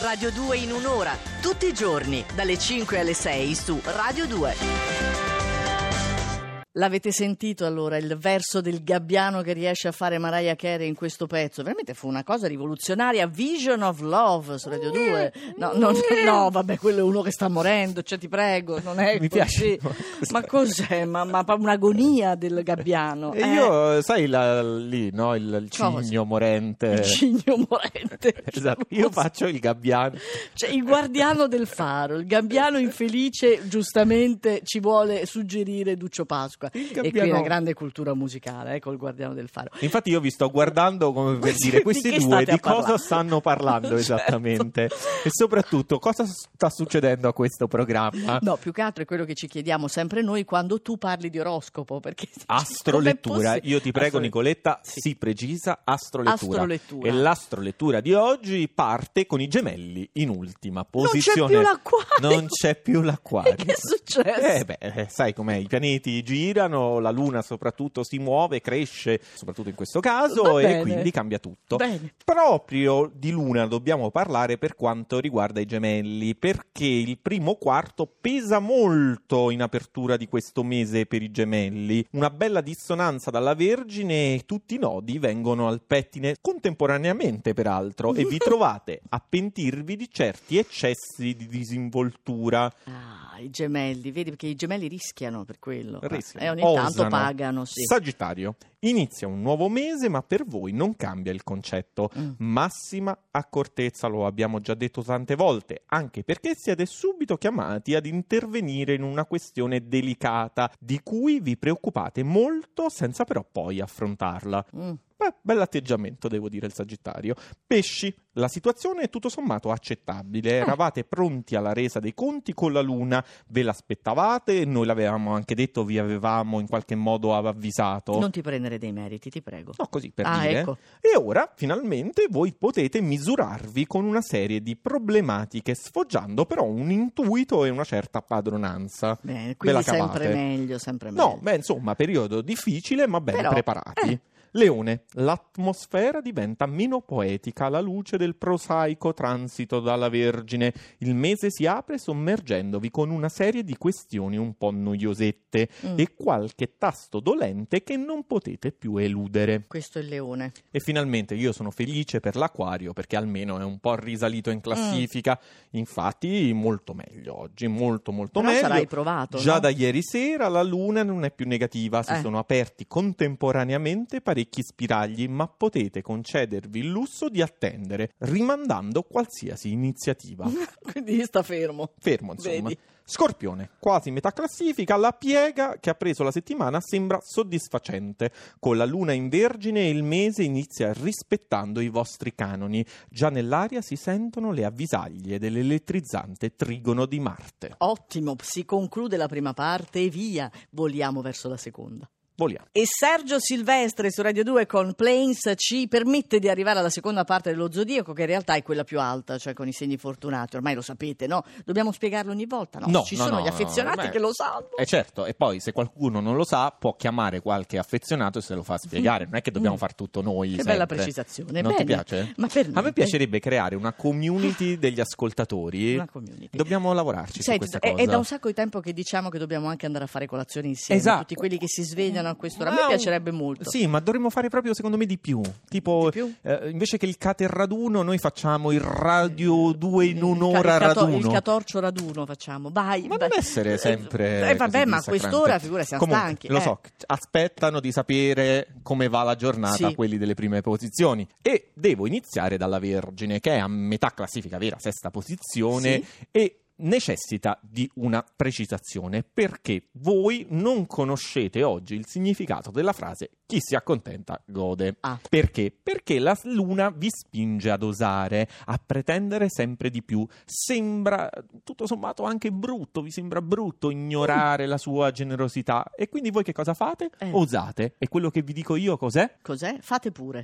Radio 2 in un'ora, tutti i giorni, dalle 5 alle 6 su Radio 2. L'avete sentito allora il verso del gabbiano che riesce a fare Mariah Carey in questo pezzo? Veramente fu una cosa rivoluzionaria. Vision of Love su Radio 2. No, vabbè, quello è uno che sta morendo, cioè ti prego, non è Mi così. piace. Ma cos'è? Ma un'agonia del gabbiano. E io, sai, lì, no? Il cigno morente. Il cigno morente. Esatto, io faccio il gabbiano. Cioè il guardiano del faro, il gabbiano infelice, giustamente ci vuole suggerire Duccio Pasqua. E qui una grande cultura musicale, col guardiano del faro. Infatti io vi sto guardando come per dire questi due di cosa stanno parlando esattamente. Certo. E soprattutto cosa sta succedendo a questo programma. No, più che altro è quello che ci chiediamo sempre noi quando tu parli di oroscopo, perché astrolettura, io ti prego Nicoletta, sì, precisa, astrolettura. E l'astrolettura di oggi parte con i Gemelli in ultima posizione. Non c'è più l'acquario. Che è successo? Sai com'è, i pianeti girano, la Luna soprattutto si muove, cresce, soprattutto in questo caso, e quindi cambia tutto. Bene. Proprio di Luna dobbiamo parlare per quanto riguarda i Gemelli, perché il primo quarto pesa molto in apertura di questo mese per i Gemelli. Una bella dissonanza dalla Vergine e tutti i nodi vengono al pettine contemporaneamente, peraltro, e vi trovate a pentirvi di certi eccessi di disinvoltura. I Gemelli, vedi, perché i Gemelli rischiano per quello. E ogni Osano. tanto pagano, sì. Sagittario, inizia un nuovo mese, ma per voi non cambia il concetto. Massima accortezza, lo abbiamo già detto tante volte, anche perché siete subito chiamati ad intervenire in una questione delicata, di cui vi preoccupate molto senza però poi affrontarla. Bell'atteggiamento, devo dire, il Sagittario. Pesci, la situazione è tutto sommato accettabile. Eravate pronti alla resa dei conti con la Luna, ve l'aspettavate, noi l'avevamo anche detto, vi avevamo in qualche modo avvisato. Non ti prendere dei meriti, ti prego. No, così per dire. Ecco. E ora, finalmente, voi potete misurarvi con una serie di problematiche, sfoggiando però un intuito e una certa padronanza. Bene, quindi sempre meglio. No, insomma, periodo difficile, ma ben preparati. Leone, l'atmosfera diventa meno poetica alla luce del prosaico transito dalla Vergine. Il mese si apre sommergendovi con una serie di questioni un po' noiosette e qualche tasto dolente che non potete più eludere. Questo è il Leone. E finalmente io sono felice per l'Acquario, perché almeno è un po' risalito in classifica. Infatti molto meglio oggi, molto Però meglio. Sarai provato, già no? Da ieri sera la Luna non è più negativa, si sono aperti contemporaneamente parecchi spiragli, ma potete concedervi il lusso di attendere, rimandando qualsiasi iniziativa. Quindi sta fermo. Fermo, insomma. Vedi? Scorpione, quasi metà classifica, la piega che ha preso la settimana sembra soddisfacente. Con la Luna in Vergine il mese inizia rispettando i vostri canoni. Già nell'aria si sentono le avvisaglie dell'elettrizzante trigono di Marte. Ottimo, si conclude la prima parte e via, voliamo verso la seconda. E Sergio Silvestre su Radio 2 con Planes ci permette di arrivare alla seconda parte dello zodiaco, che in realtà è quella più alta, cioè con i segni fortunati. Ormai lo sapete, no? Dobbiamo spiegarlo ogni volta? No, ci sono gli affezionati che lo sanno. Certo, e poi se qualcuno non lo sa può chiamare qualche affezionato e se lo fa spiegare. Non è che dobbiamo far tutto noi Che sempre. bella precisazione. Non ti piace? Ma per A me piacerebbe creare una community degli ascoltatori. Una community. Dobbiamo lavorarci su questa cosa. È da un sacco di tempo che diciamo che dobbiamo anche andare a fare colazione insieme. Esatto. Tutti quelli che si svegliano a quest'ora. A me piacerebbe molto. Sì, ma dovremmo fare proprio, secondo me, di più. Tipo, invece che il caterraduno, noi facciamo il Radio 2 in un'ora raduno. Il catorcio raduno facciamo. Vai. Ma non essere sempre vabbè, ma a quest'ora figura siamo stanchi. Lo so, aspettano di sapere come va la giornata quelli delle prime posizioni. E devo iniziare dalla Vergine, che è a metà classifica, vera, sesta posizione, e necessita di una precisazione, perché voi non conoscete oggi il significato della frase chi si accontenta gode. Perché? Perché la Luna vi spinge ad osare, a pretendere sempre di più. Sembra tutto sommato anche brutto, vi sembra brutto ignorare la sua generosità, e quindi voi che cosa fate? Osate. E quello che vi dico io cos'è? Cos'è? Fate pure.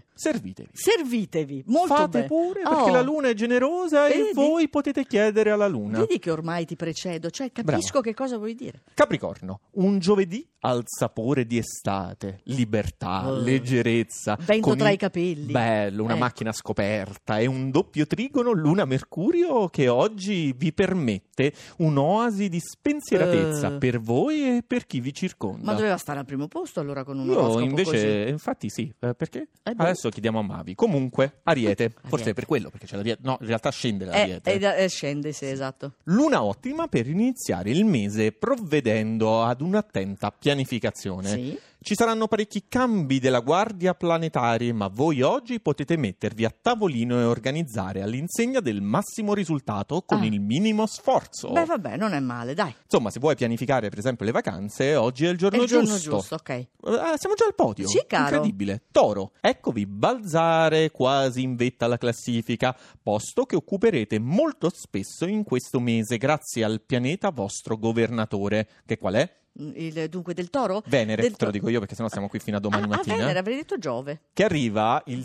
Servitevi. Molto Fate bene. pure, perché la Luna è generosa e voi potete chiedere alla Luna. Vedi che ormai ti precedo, cioè capisco che cosa vuoi dire. Capricorno, un giovedì al sapore di estate, libertà, leggerezza, vento tra i capelli, bello, una macchina scoperta e un doppio trigono Luna-Mercurio che oggi vi permette un'oasi di spensieratezza per voi e per chi vi circonda. Ma doveva stare al primo posto allora con un oroscopo invece, così. Infatti sì, perché? Adesso chiediamo a Mavi. Comunque, Ariete, forse è per quello, perché c'è l'Ariete. No, in realtà scende l'Ariete. Scende, sì, esatto. Luna ottima per iniziare il mese provvedendo ad un'attenta pianificazione. Sì. Ci saranno parecchi cambi della guardia planetari, ma voi oggi potete mettervi a tavolino e organizzare all'insegna del massimo risultato con il minimo sforzo. Beh, vabbè, non è male, dai. Insomma, se vuoi pianificare per esempio le vacanze, oggi è il giorno giusto. È il giorno giusto, ok. Siamo già al podio. Sì, caro. Incredibile. Toro, eccovi balzare quasi in vetta alla classifica, posto che occuperete molto spesso in questo mese grazie al pianeta vostro governatore. Che qual è? Dunque del Toro? Venere, te lo dico io perché sennò siamo qui fino a domani mattina. Venere, avrei detto Giove. Che arriva il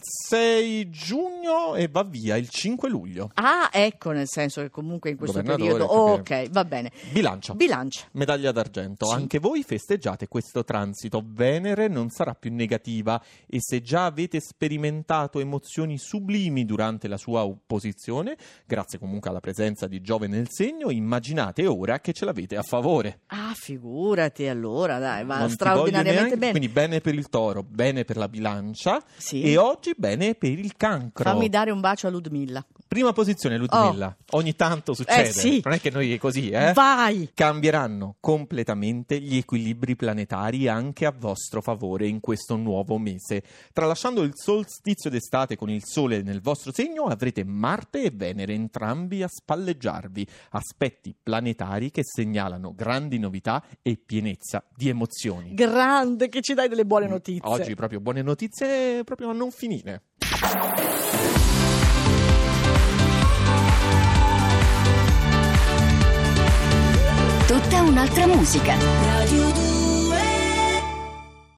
6 giugno e va via il 5 luglio. Ecco, nel senso che comunque in questo periodo. Ok, va bene. Bilancia. Medaglia d'argento. Sì. Anche voi festeggiate questo transito. Venere non sarà più negativa e se già avete sperimentato emozioni sublimi durante la sua opposizione, grazie comunque alla presenza di Giove nel segno, immaginate ora che ce l'avete a favore. Figurati allora, dai, va straordinariamente bene. Quindi bene per il Toro, bene per la Bilancia, sì. E oggi bene per il Cancro. Fammi dare un bacio a Ludmilla. Prima posizione Ludmilla, ogni tanto succede, sì. Non è che noi così, Vai! Cambieranno completamente gli equilibri planetari anche a vostro favore in questo nuovo mese. Tralasciando il solstizio d'estate con il Sole nel vostro segno, avrete Marte e Venere entrambi a spalleggiarvi, aspetti planetari che segnalano grandi novità e pienezza di emozioni. Grande, che ci dai delle buone notizie. Oggi proprio buone notizie proprio a non finire. Tutta un'altra musica. Radio 2.